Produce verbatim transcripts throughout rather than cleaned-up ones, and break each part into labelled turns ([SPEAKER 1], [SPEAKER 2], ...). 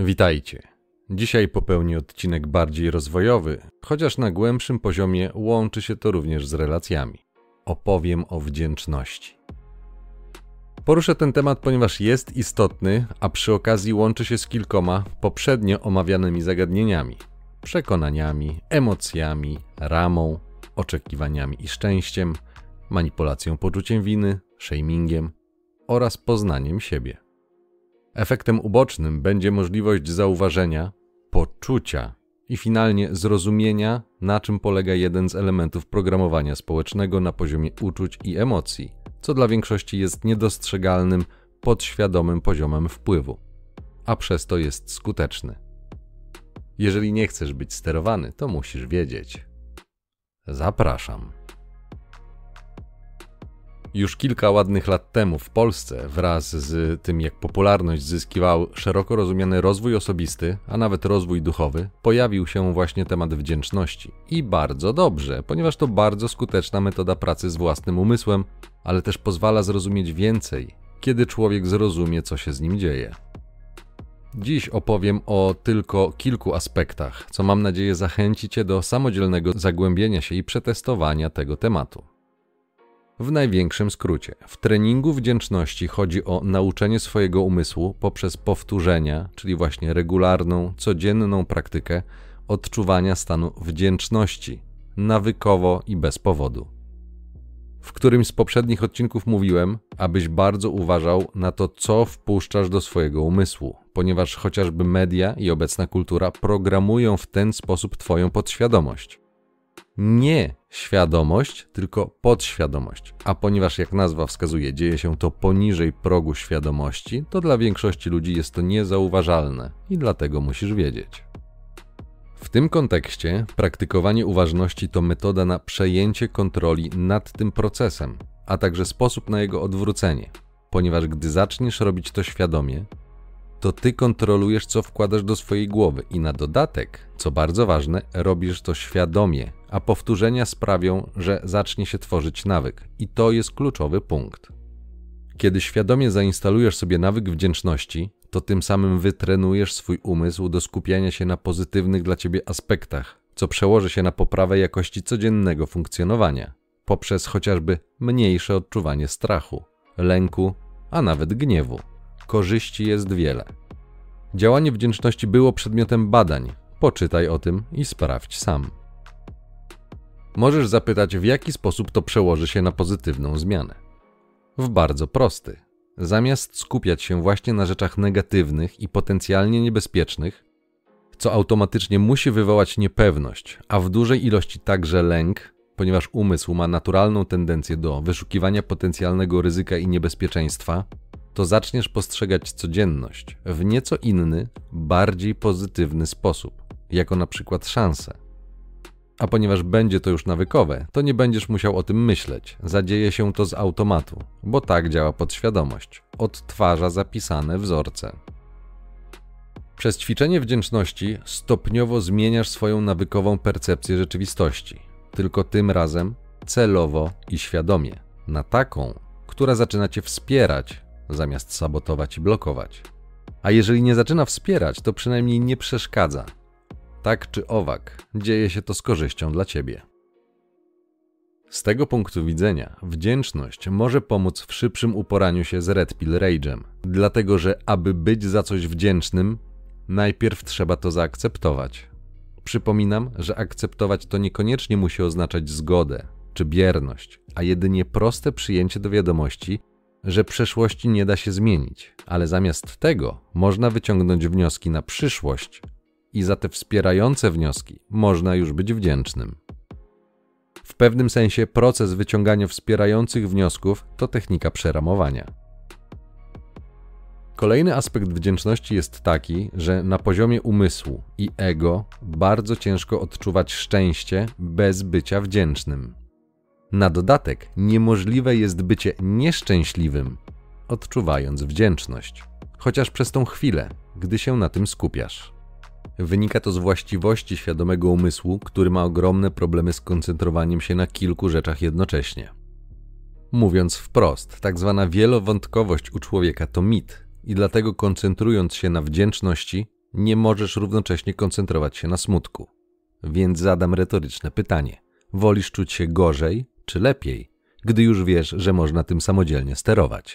[SPEAKER 1] Witajcie. Dzisiaj popełnię odcinek bardziej rozwojowy, chociaż na głębszym poziomie łączy się to również z relacjami. Opowiem o wdzięczności. Poruszę ten temat, ponieważ jest istotny, a przy okazji łączy się z kilkoma poprzednio omawianymi zagadnieniami. Przekonaniami, emocjami, ramą, oczekiwaniami i szczęściem, manipulacją poczuciem winy, shamingiem oraz poznaniem siebie. Efektem ubocznym będzie możliwość zauważenia, poczucia i finalnie zrozumienia, na czym polega jeden z elementów programowania społecznego na poziomie uczuć i emocji, co dla większości jest niedostrzegalnym, podświadomym poziomem wpływu, a przez to jest skuteczny. Jeżeli nie chcesz być sterowany, to musisz wiedzieć. Zapraszam. Już kilka ładnych lat temu w Polsce, wraz z tym jak popularność zyskiwał szeroko rozumiany rozwój osobisty, a nawet rozwój duchowy, pojawił się właśnie temat wdzięczności. I bardzo dobrze, ponieważ to bardzo skuteczna metoda pracy z własnym umysłem, ale też pozwala zrozumieć więcej, kiedy człowiek zrozumie, co się z nim dzieje. Dziś opowiem o tylko kilku aspektach, co mam nadzieję zachęci Cię do samodzielnego zagłębienia się i przetestowania tego tematu. W największym skrócie, w treningu wdzięczności chodzi o nauczenie swojego umysłu poprzez powtórzenia, czyli właśnie regularną, codzienną praktykę odczuwania stanu wdzięczności, nawykowo i bez powodu. W którymś z poprzednich odcinków mówiłem, abyś bardzo uważał na to, co wpuszczasz do swojego umysłu, ponieważ chociażby media i obecna kultura programują w ten sposób Twoją podświadomość. Nie świadomość, tylko podświadomość, a ponieważ jak nazwa wskazuje, dzieje się to poniżej progu świadomości, to dla większości ludzi jest to niezauważalne i dlatego musisz wiedzieć. W tym kontekście praktykowanie uważności to metoda na przejęcie kontroli nad tym procesem, a także sposób na jego odwrócenie, ponieważ gdy zaczniesz robić to świadomie, to ty kontrolujesz, co wkładasz do swojej głowy i na dodatek, co bardzo ważne, robisz to świadomie, a powtórzenia sprawią, że zacznie się tworzyć nawyk i to jest kluczowy punkt. Kiedy świadomie zainstalujesz sobie nawyk wdzięczności, to tym samym wytrenujesz swój umysł do skupiania się na pozytywnych dla ciebie aspektach, co przełoży się na poprawę jakości codziennego funkcjonowania, poprzez chociażby mniejsze odczuwanie strachu, lęku, a nawet gniewu. Korzyści jest wiele. Działanie wdzięczności było przedmiotem badań. Poczytaj o tym i sprawdź sam. Możesz zapytać, w jaki sposób to przełoży się na pozytywną zmianę. W bardzo prosty. Zamiast skupiać się właśnie na rzeczach negatywnych i potencjalnie niebezpiecznych, co automatycznie musi wywołać niepewność, a w dużej ilości także lęk, ponieważ umysł ma naturalną tendencję do wyszukiwania potencjalnego ryzyka i niebezpieczeństwa, to zaczniesz postrzegać codzienność w nieco inny, bardziej pozytywny sposób, jako na przykład szansę. A ponieważ będzie to już nawykowe, to nie będziesz musiał o tym myśleć, zadzieje się to z automatu, bo tak działa podświadomość, odtwarza zapisane wzorce. Przez ćwiczenie wdzięczności stopniowo zmieniasz swoją nawykową percepcję rzeczywistości, tylko tym razem celowo i świadomie, na taką, która zaczyna cię wspierać, zamiast sabotować i blokować. A jeżeli nie zaczyna wspierać, to przynajmniej nie przeszkadza. Tak czy owak, dzieje się to z korzyścią dla ciebie. Z tego punktu widzenia wdzięczność może pomóc w szybszym uporaniu się z Red Pill Rage'em, dlatego że aby być za coś wdzięcznym, najpierw trzeba to zaakceptować. Przypominam, że akceptować to niekoniecznie musi oznaczać zgodę czy bierność, a jedynie proste przyjęcie do wiadomości, że przeszłości nie da się zmienić, ale zamiast tego można wyciągnąć wnioski na przyszłość i za te wspierające wnioski można już być wdzięcznym. W pewnym sensie proces wyciągania wspierających wniosków to technika przeramowania. Kolejny aspekt wdzięczności jest taki, że na poziomie umysłu i ego bardzo ciężko odczuwać szczęście bez bycia wdzięcznym. Na dodatek niemożliwe jest bycie nieszczęśliwym, odczuwając wdzięczność, chociaż przez tą chwilę, gdy się na tym skupiasz. Wynika to z właściwości świadomego umysłu, który ma ogromne problemy z koncentrowaniem się na kilku rzeczach jednocześnie. Mówiąc wprost, tak zwana wielowątkowość u człowieka to mit i dlatego koncentrując się na wdzięczności, Nie możesz równocześnie koncentrować się na smutku. Więc zadam retoryczne pytanie. Wolisz czuć się gorzej czy lepiej, gdy już wiesz, że można tym samodzielnie sterować?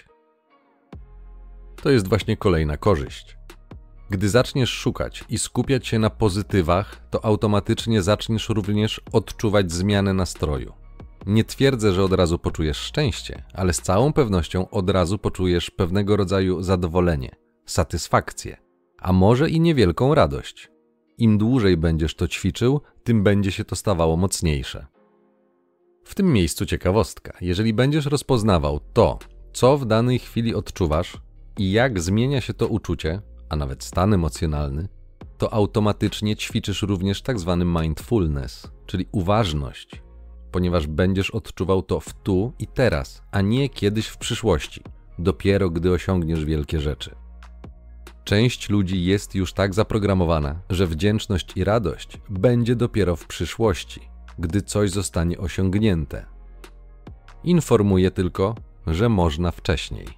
[SPEAKER 1] To jest właśnie kolejna korzyść. Gdy zaczniesz szukać i skupiać się na pozytywach, to automatycznie zaczniesz również odczuwać zmianę nastroju. Nie twierdzę, że od razu poczujesz szczęście, ale z całą pewnością od razu poczujesz pewnego rodzaju zadowolenie, satysfakcję, a może i niewielką radość. Im dłużej będziesz to ćwiczył, tym będzie się to stawało mocniejsze. W tym miejscu ciekawostka. Jeżeli będziesz rozpoznawał to, co w danej chwili odczuwasz i jak zmienia się to uczucie, a nawet stan emocjonalny, to automatycznie ćwiczysz również tak zwany mindfulness, czyli uważność, ponieważ będziesz odczuwał to w tu i teraz, a nie kiedyś w przyszłości, dopiero gdy osiągniesz wielkie rzeczy. Część ludzi jest już tak zaprogramowana, że wdzięczność i radość będzie dopiero w przyszłości, gdy coś zostanie osiągnięte. Informuję tylko, że można wcześniej.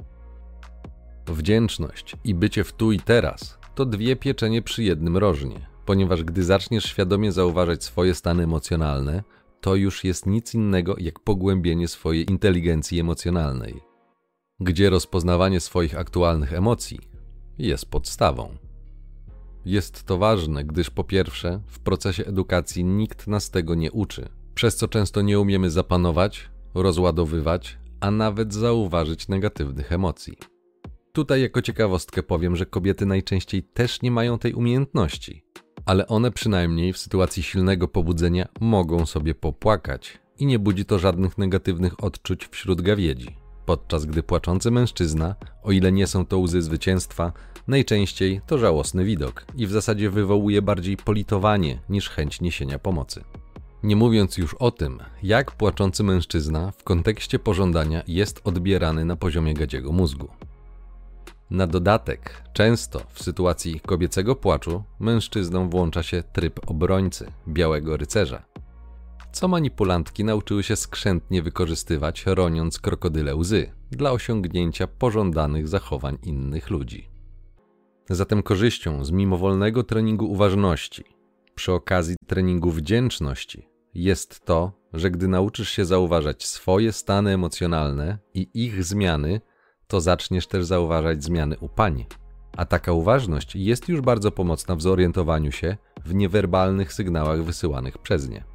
[SPEAKER 1] Wdzięczność i bycie w tu i teraz to dwie pieczenie przy jednym rożnie, ponieważ gdy zaczniesz świadomie zauważać swoje stany emocjonalne, to już jest nic innego jak pogłębienie swojej inteligencji emocjonalnej, gdzie rozpoznawanie swoich aktualnych emocji jest podstawą. Jest to ważne, gdyż po pierwsze, w procesie edukacji nikt nas tego nie uczy, przez co często nie umiemy zapanować, rozładowywać, a nawet zauważyć negatywnych emocji. Tutaj jako ciekawostkę powiem, że kobiety najczęściej też nie mają tej umiejętności, ale one przynajmniej w sytuacji silnego pobudzenia mogą sobie popłakać i nie budzi to żadnych negatywnych odczuć wśród gawiedzi. Podczas gdy płaczący mężczyzna, o ile nie są to łzy zwycięstwa, najczęściej to żałosny widok i w zasadzie wywołuje bardziej politowanie niż chęć niesienia pomocy. Nie mówiąc już o tym, jak płaczący mężczyzna w kontekście pożądania jest odbierany na poziomie gadziego mózgu. Na dodatek, często w sytuacji kobiecego płaczu mężczyznom włącza się tryb obrońcy, białego rycerza, co manipulantki nauczyły się skrzętnie wykorzystywać, roniąc krokodyle łzy dla osiągnięcia pożądanych zachowań innych ludzi. Zatem korzyścią z mimowolnego treningu uważności, przy okazji treningu wdzięczności, jest to, że gdy nauczysz się zauważać swoje stany emocjonalne i ich zmiany, to zaczniesz też zauważać zmiany u pań. A taka uważność jest już bardzo pomocna w zorientowaniu się w niewerbalnych sygnałach wysyłanych przez nie.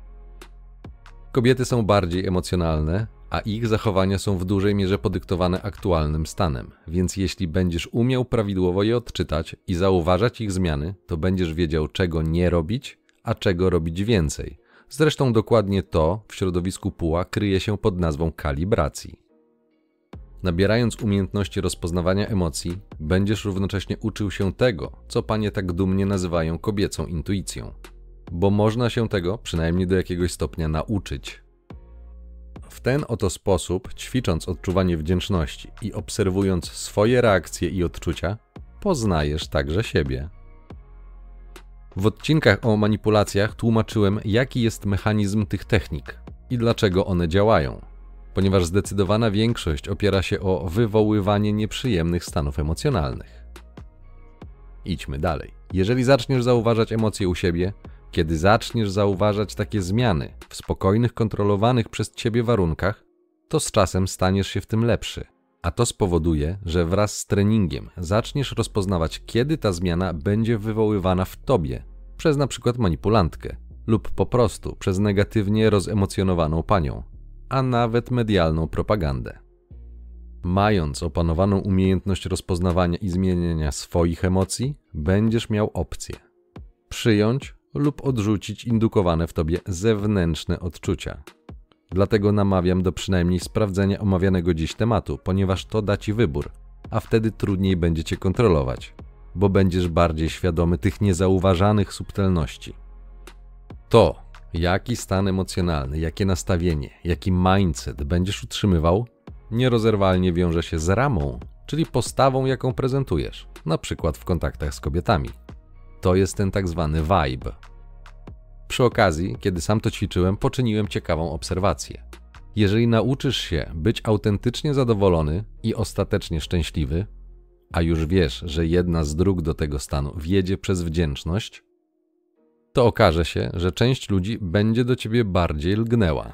[SPEAKER 1] Kobiety są bardziej emocjonalne, a ich zachowania są w dużej mierze podyktowane aktualnym stanem, więc jeśli będziesz umiał prawidłowo je odczytać i zauważać ich zmiany, to będziesz wiedział, czego nie robić, a czego robić więcej. Zresztą dokładnie to w środowisku P U A kryje się pod nazwą kalibracji. Nabierając umiejętności rozpoznawania emocji, będziesz równocześnie uczył się tego, co panie tak dumnie nazywają kobiecą intuicją. Bo można się tego, przynajmniej do jakiegoś stopnia, nauczyć. W ten oto sposób, ćwicząc odczuwanie wdzięczności i obserwując swoje reakcje i odczucia, poznajesz także siebie. W odcinkach o manipulacjach tłumaczyłem, jaki jest mechanizm tych technik i dlaczego one działają, ponieważ zdecydowana większość opiera się o wywoływanie nieprzyjemnych stanów emocjonalnych. Idźmy dalej. Jeżeli zaczniesz zauważać emocje u siebie, kiedy zaczniesz zauważać takie zmiany w spokojnych, kontrolowanych przez ciebie warunkach, to z czasem staniesz się w tym lepszy, a to spowoduje, że wraz z treningiem zaczniesz rozpoznawać, kiedy ta zmiana będzie wywoływana w tobie przez na przykład manipulantkę lub po prostu przez negatywnie rozemocjonowaną panią, a nawet medialną propagandę. Mając opanowaną umiejętność rozpoznawania i zmieniania swoich emocji, będziesz miał opcję przyjąć lub odrzucić indukowane w tobie zewnętrzne odczucia. Dlatego namawiam do przynajmniej sprawdzenia omawianego dziś tematu, ponieważ to da ci wybór, a wtedy trudniej będzie cię kontrolować, bo będziesz bardziej świadomy tych niezauważanych subtelności. To, jaki stan emocjonalny, jakie nastawienie, jaki mindset będziesz utrzymywał, nierozerwalnie wiąże się z ramą, czyli postawą, jaką prezentujesz, na przykład w kontaktach z kobietami. To jest ten tak zwany vibe. Przy okazji, kiedy sam to ćwiczyłem, poczyniłem ciekawą obserwację. Jeżeli nauczysz się być autentycznie zadowolony i ostatecznie szczęśliwy, a już wiesz, że jedna z dróg do tego stanu wiedzie przez wdzięczność, to okaże się, że część ludzi będzie do ciebie bardziej lgnęła.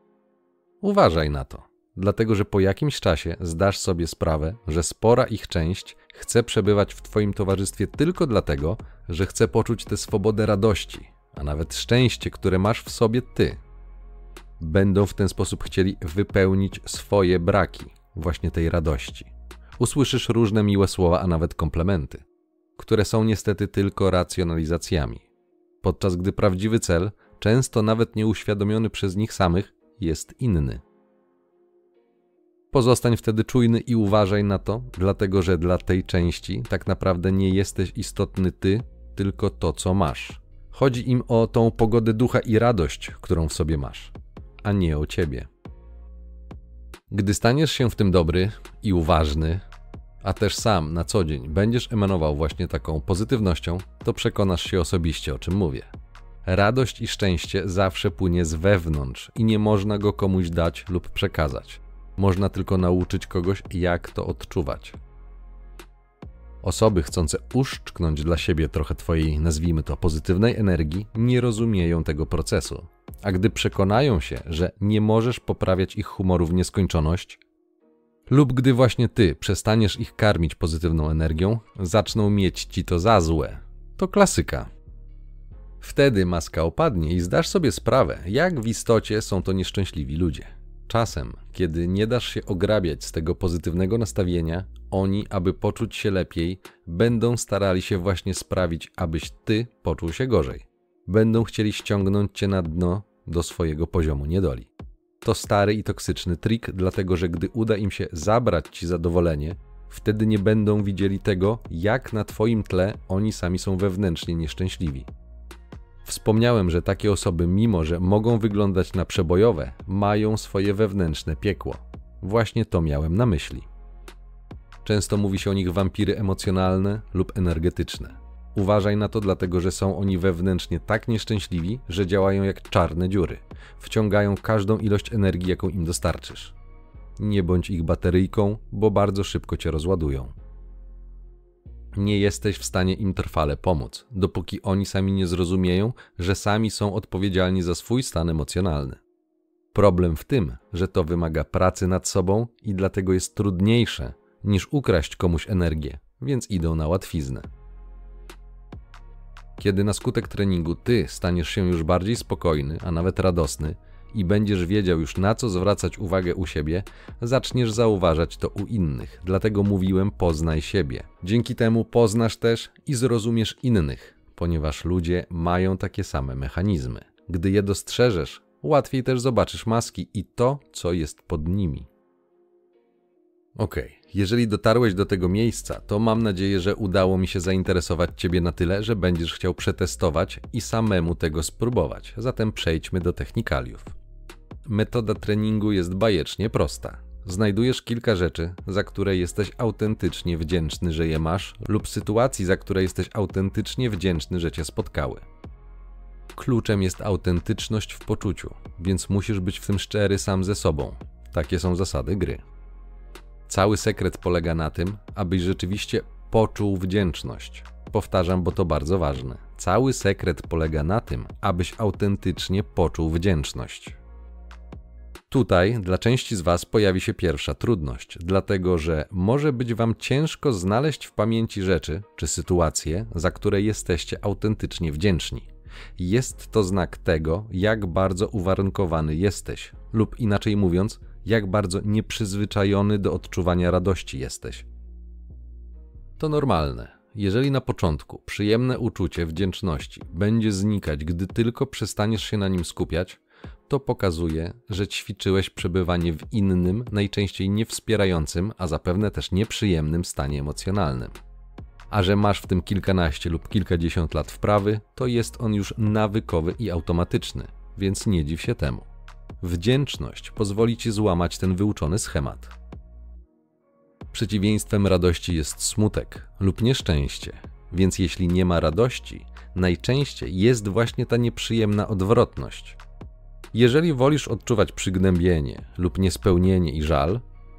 [SPEAKER 1] Uważaj na to, dlatego że po jakimś czasie zdasz sobie sprawę, że spora ich część chce przebywać w twoim towarzystwie tylko dlatego, że chce poczuć tę swobodę radości, a nawet szczęście, które masz w sobie ty. Będą w ten sposób chcieli wypełnić swoje braki, właśnie tej radości. Usłyszysz różne miłe słowa, a nawet komplementy, które są niestety tylko racjonalizacjami, podczas gdy prawdziwy cel, często nawet nieuświadomiony przez nich samych, jest inny. Pozostań wtedy czujny i uważaj na to, dlatego że dla tej części tak naprawdę nie jesteś istotny ty, tylko to, co masz. Chodzi im o tą pogodę ducha i radość, którą w sobie masz, a nie o ciebie. Gdy staniesz się w tym dobry i uważny, a też sam na co dzień będziesz emanował właśnie taką pozytywnością, to przekonasz się osobiście, o czym mówię. Radość i szczęście zawsze płynie z wewnątrz i nie można go komuś dać lub przekazać. Można tylko nauczyć kogoś, jak to odczuwać. Osoby chcące uszczknąć dla siebie trochę twojej, nazwijmy to, pozytywnej energii, nie rozumieją tego procesu. A gdy przekonają się, że nie możesz poprawiać ich humoru w nieskończoność, lub gdy właśnie ty przestaniesz ich karmić pozytywną energią, zaczną mieć ci to za złe. To klasyka. Wtedy maska opadnie i zdasz sobie sprawę, jak w istocie są to nieszczęśliwi ludzie. Czasem, kiedy nie dasz się ograbiać z tego pozytywnego nastawienia, oni, aby poczuć się lepiej, będą starali się właśnie sprawić, abyś ty poczuł się gorzej. Będą chcieli ściągnąć cię na dno do swojego poziomu niedoli. To stary i toksyczny trik, dlatego że gdy uda im się zabrać ci zadowolenie, wtedy nie będą widzieli tego, jak na twoim tle oni sami są wewnętrznie nieszczęśliwi. Wspomniałem, że takie osoby, mimo że mogą wyglądać na przebojowe, mają swoje wewnętrzne piekło. Właśnie to miałem na myśli. Często mówi się o nich wampiry emocjonalne lub energetyczne. Uważaj na to, dlatego że są oni wewnętrznie tak nieszczęśliwi, że działają jak czarne dziury. Wciągają każdą ilość energii, jaką im dostarczysz. Nie bądź ich bateryjką, bo bardzo szybko cię rozładują. Nie jesteś w stanie im trwale pomóc, dopóki oni sami nie zrozumieją, że sami są odpowiedzialni za swój stan emocjonalny. Problem w tym, że to wymaga pracy nad sobą i dlatego jest trudniejsze niż ukraść komuś energię, więc idą na łatwiznę. Kiedy na skutek treningu ty staniesz się już bardziej spokojny, a nawet radosny i będziesz wiedział już, na co zwracać uwagę u siebie, zaczniesz zauważać to u innych. Dlatego mówiłem, poznaj siebie. Dzięki temu poznasz też i zrozumiesz innych, ponieważ ludzie mają takie same mechanizmy. Gdy je dostrzeżesz, łatwiej też zobaczysz maski i to, co jest pod nimi. Okej, okay. Jeżeli dotarłeś do tego miejsca, to mam nadzieję, że udało mi się zainteresować ciebie na tyle, że będziesz chciał przetestować i samemu tego spróbować. Zatem przejdźmy do technikaliów. Metoda treningu jest bajecznie prosta. Znajdujesz kilka rzeczy, za które jesteś autentycznie wdzięczny, że je masz, lub sytuacji, za które jesteś autentycznie wdzięczny, że cię spotkały. Kluczem jest autentyczność w poczuciu, więc musisz być w tym szczery sam ze sobą. Takie są zasady gry. Cały sekret polega na tym, abyś rzeczywiście poczuł wdzięczność. Powtarzam, bo to bardzo ważne. Cały sekret polega na tym, abyś autentycznie poczuł wdzięczność. Tutaj dla części z was pojawi się pierwsza trudność, dlatego że może być wam ciężko znaleźć w pamięci rzeczy czy sytuacje, za które jesteście autentycznie wdzięczni. Jest to znak tego, jak bardzo uwarunkowany jesteś, lub inaczej mówiąc, jak bardzo nieprzyzwyczajony do odczuwania radości jesteś. To normalne. Jeżeli na początku przyjemne uczucie wdzięczności będzie znikać, gdy tylko przestaniesz się na nim skupiać, to pokazuje, że ćwiczyłeś przebywanie w innym, najczęściej niewspierającym, a zapewne też nieprzyjemnym stanie emocjonalnym. A że masz w tym kilkanaście lub kilkadziesiąt lat wprawy, to jest on już nawykowy i automatyczny, więc nie dziw się temu. Wdzięczność pozwoli ci złamać ten wyuczony schemat. Przeciwieństwem radości jest smutek lub nieszczęście, więc jeśli nie ma radości, najczęściej jest właśnie ta nieprzyjemna odwrotność. Jeżeli wolisz odczuwać przygnębienie lub niespełnienie i żal,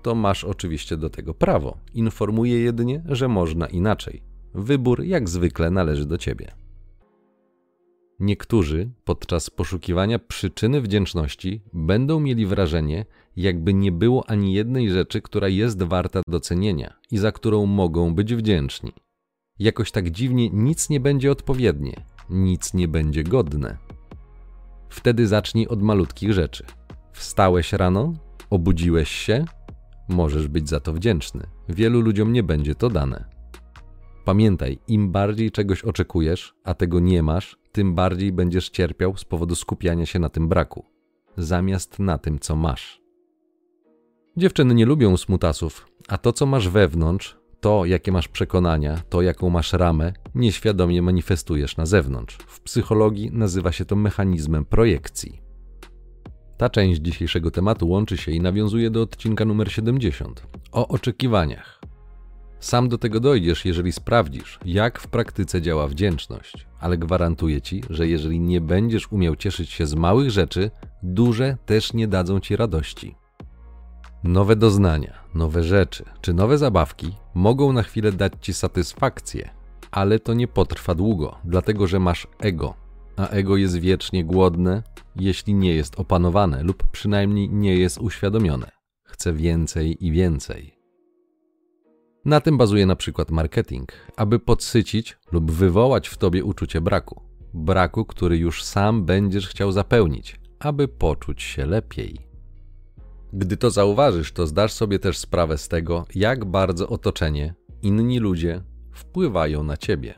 [SPEAKER 1] to masz oczywiście do tego prawo. Informuję jedynie, że można inaczej. Wybór jak zwykle należy do ciebie. Niektórzy podczas poszukiwania przyczyny wdzięczności będą mieli wrażenie, jakby nie było ani jednej rzeczy, która jest warta docenienia i za którą mogą być wdzięczni. Jakoś tak dziwnie nic nie będzie odpowiednie, nic nie będzie godne. Wtedy zacznij od malutkich rzeczy. Wstałeś rano? Obudziłeś się? Możesz być za to wdzięczny. Wielu ludziom nie będzie to dane. Pamiętaj, im bardziej czegoś oczekujesz, a tego nie masz, tym bardziej będziesz cierpiał z powodu skupiania się na tym braku, zamiast na tym, co masz. Dziewczyny nie lubią smutasów, a to, co masz wewnątrz, to, jakie masz przekonania, to, jaką masz ramę, nieświadomie manifestujesz na zewnątrz. W psychologii nazywa się to mechanizmem projekcji. Ta część dzisiejszego tematu łączy się i nawiązuje do odcinka numer siedemdziesiąt o oczekiwaniach. Sam do tego dojdziesz, jeżeli sprawdzisz, jak w praktyce działa wdzięczność, ale gwarantuję ci, że jeżeli nie będziesz umiał cieszyć się z małych rzeczy, duże też nie dadzą ci radości. Nowe doznania, nowe rzeczy czy nowe zabawki mogą na chwilę dać ci satysfakcję, ale to nie potrwa długo, dlatego że masz ego, a ego jest wiecznie głodne, jeśli nie jest opanowane lub przynajmniej nie jest uświadomione. Chce więcej i więcej. Na tym bazuje na przykład marketing, aby podsycić lub wywołać w tobie uczucie braku. Braku, który już sam będziesz chciał zapełnić, aby poczuć się lepiej. Gdy to zauważysz, to zdasz sobie też sprawę z tego, jak bardzo otoczenie, inni ludzie wpływają na ciebie.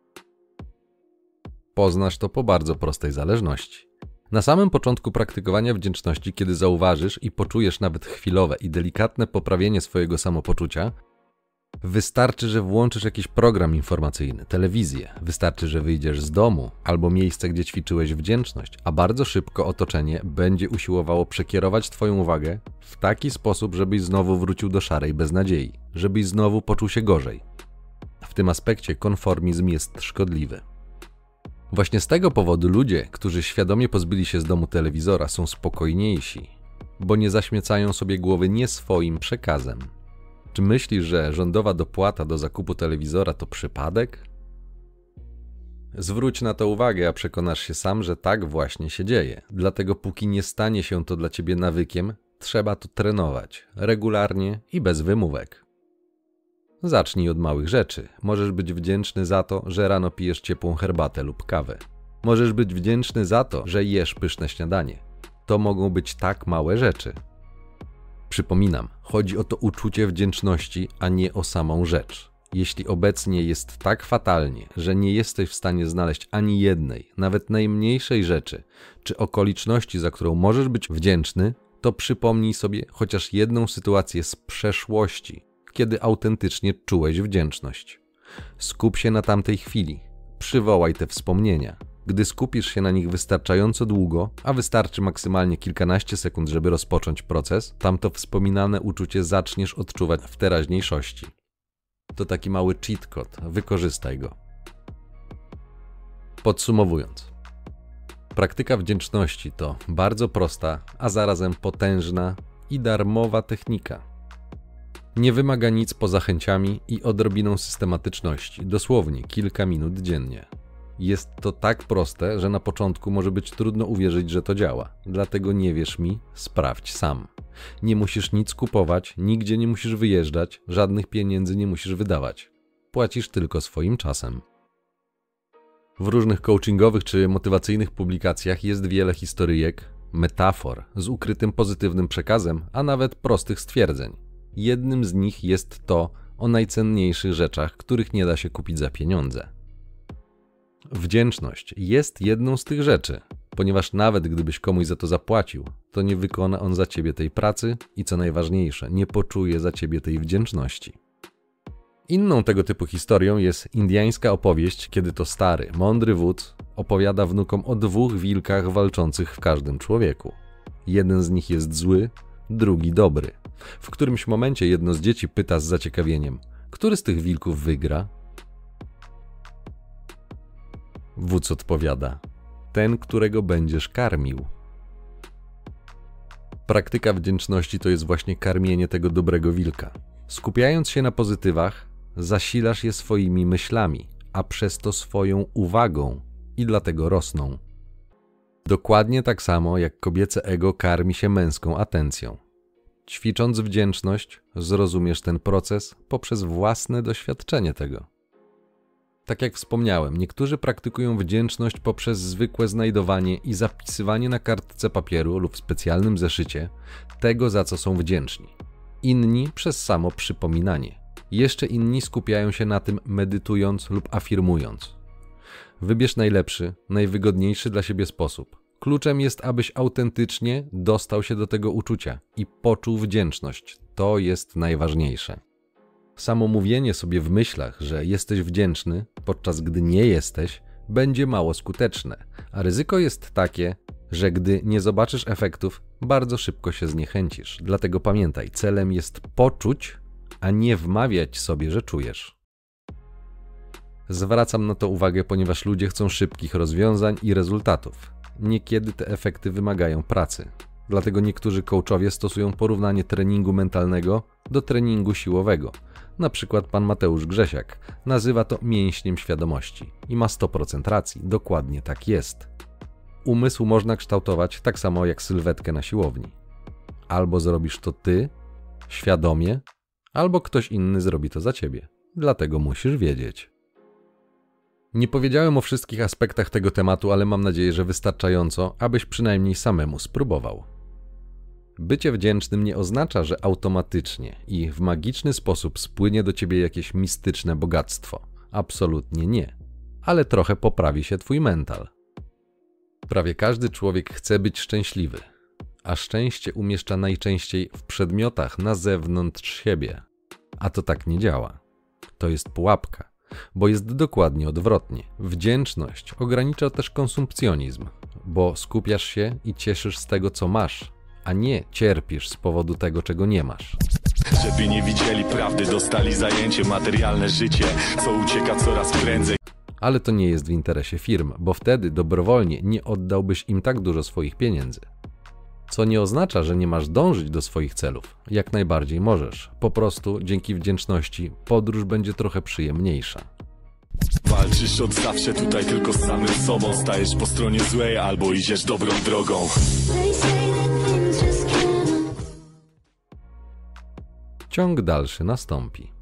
[SPEAKER 1] Poznasz to po bardzo prostej zależności. Na samym początku praktykowania wdzięczności, kiedy zauważysz i poczujesz nawet chwilowe i delikatne poprawienie swojego samopoczucia, wystarczy, że włączysz jakiś program informacyjny, telewizję, wystarczy, że wyjdziesz z domu albo miejsce, gdzie ćwiczyłeś wdzięczność, a bardzo szybko otoczenie będzie usiłowało przekierować twoją uwagę w taki sposób, żebyś znowu wrócił do szarej beznadziei, żebyś znowu poczuł się gorzej. W tym aspekcie konformizm jest szkodliwy. Właśnie z tego powodu ludzie, którzy świadomie pozbyli się z domu telewizora, są spokojniejsi, bo nie zaśmiecają sobie głowy nie swoim przekazem. Czy myślisz, że rządowa dopłata do zakupu telewizora to przypadek? Zwróć na to uwagę, a przekonasz się sam, że tak właśnie się dzieje. Dlatego póki nie stanie się to dla ciebie nawykiem, trzeba to trenować, regularnie i bez wymówek. Zacznij od małych rzeczy. Możesz być wdzięczny za to, że rano pijesz ciepłą herbatę lub kawę. Możesz być wdzięczny za to, że jesz pyszne śniadanie. To mogą być tak małe rzeczy. Przypominam, chodzi o to uczucie wdzięczności, a nie o samą rzecz. Jeśli obecnie jest tak fatalnie, że nie jesteś w stanie znaleźć ani jednej, nawet najmniejszej rzeczy, czy okoliczności, za którą możesz być wdzięczny, to przypomnij sobie chociaż jedną sytuację z przeszłości, kiedy autentycznie czułeś wdzięczność. Skup się na tamtej chwili, przywołaj te wspomnienia. Gdy skupisz się na nich wystarczająco długo, a wystarczy maksymalnie kilkanaście sekund, żeby rozpocząć proces, tamto wspominane uczucie zaczniesz odczuwać w teraźniejszości. To taki mały cheat code, wykorzystaj go. Podsumowując, praktyka wdzięczności to bardzo prosta, a zarazem potężna i darmowa technika. Nie wymaga nic poza chęciami i odrobiną systematyczności, dosłownie kilka minut dziennie. Jest to tak proste, że na początku może być trudno uwierzyć, że to działa. Dlatego nie wierz mi, sprawdź sam. Nie musisz nic kupować, nigdzie nie musisz wyjeżdżać, żadnych pieniędzy nie musisz wydawać. Płacisz tylko swoim czasem. W różnych coachingowych czy motywacyjnych publikacjach jest wiele historyjek, metafor z ukrytym pozytywnym przekazem, a nawet prostych stwierdzeń. Jednym z nich jest to o najcenniejszych rzeczach, których nie da się kupić za pieniądze. Wdzięczność jest jedną z tych rzeczy, ponieważ nawet gdybyś komuś za to zapłacił, to nie wykona on za ciebie tej pracy i co najważniejsze, nie poczuje za ciebie tej wdzięczności. Inną tego typu historią jest indyjska opowieść, kiedy to stary, mądry wódz opowiada wnukom o dwóch wilkach walczących w każdym człowieku. Jeden z nich jest zły, drugi dobry. W którymś momencie jedno z dzieci pyta z zaciekawieniem, który z tych wilków wygra? Wódz odpowiada, ten, którego będziesz karmił. Praktyka wdzięczności to jest właśnie karmienie tego dobrego wilka. Skupiając się na pozytywach, zasilasz je swoimi myślami, a przez to swoją uwagą i dlatego rosną. Dokładnie tak samo jak kobiece ego karmi się męską atencją. Ćwicząc wdzięczność, zrozumiesz ten proces poprzez własne doświadczenie tego. Tak jak wspomniałem, niektórzy praktykują wdzięczność poprzez zwykłe znajdowanie i zapisywanie na kartce papieru lub w specjalnym zeszycie tego, za co są wdzięczni. Inni przez samo przypominanie. Jeszcze inni skupiają się na tym medytując lub afirmując. Wybierz najlepszy, najwygodniejszy dla siebie sposób. Kluczem jest, abyś autentycznie dostał się do tego uczucia i poczuł wdzięczność. To jest najważniejsze. Samo mówienie sobie w myślach, że jesteś wdzięczny, podczas gdy nie jesteś, będzie mało skuteczne, a ryzyko jest takie, że gdy nie zobaczysz efektów, bardzo szybko się zniechęcisz. Dlatego pamiętaj, celem jest poczuć, a nie wmawiać sobie, że czujesz. Zwracam na to uwagę, ponieważ ludzie chcą szybkich rozwiązań i rezultatów. Niekiedy te efekty wymagają pracy. Dlatego niektórzy coachowie stosują porównanie treningu mentalnego do treningu siłowego. Na przykład pan Mateusz Grzesiak nazywa to mięśniem świadomości i ma sto procent racji, dokładnie tak jest. Umysł można kształtować tak samo jak sylwetkę na siłowni. Albo zrobisz to ty, świadomie, albo ktoś inny zrobi to za ciebie. Dlatego musisz wiedzieć. Nie powiedziałem o wszystkich aspektach tego tematu, ale mam nadzieję, że wystarczająco, abyś przynajmniej samemu spróbował. Bycie wdzięcznym nie oznacza, że automatycznie i w magiczny sposób spłynie do ciebie jakieś mistyczne bogactwo. Absolutnie nie. Ale trochę poprawi się twój mental. Prawie każdy człowiek chce być szczęśliwy, a szczęście umieszcza najczęściej w przedmiotach na zewnątrz siebie. A to tak nie działa. To jest pułapka, bo jest dokładnie odwrotnie. Wdzięczność ogranicza też konsumpcjonizm, bo skupiasz się i cieszysz z tego, co masz, a nie cierpisz z powodu tego, czego nie masz.
[SPEAKER 2] Żeby nie widzieli prawdy, dostali zajęcie, materialne życie, co ucieka coraz prędzej.
[SPEAKER 1] Ale to nie jest w interesie firm, bo wtedy dobrowolnie nie oddałbyś im tak dużo swoich pieniędzy. Co nie oznacza, że nie masz dążyć do swoich celów. Jak najbardziej możesz. Po prostu dzięki wdzięczności podróż będzie trochę przyjemniejsza.
[SPEAKER 2] Walczysz od zawsze tutaj tylko z samym sobą. Stajesz po stronie złej albo idziesz dobrą drogą.
[SPEAKER 1] Ciąg dalszy nastąpi.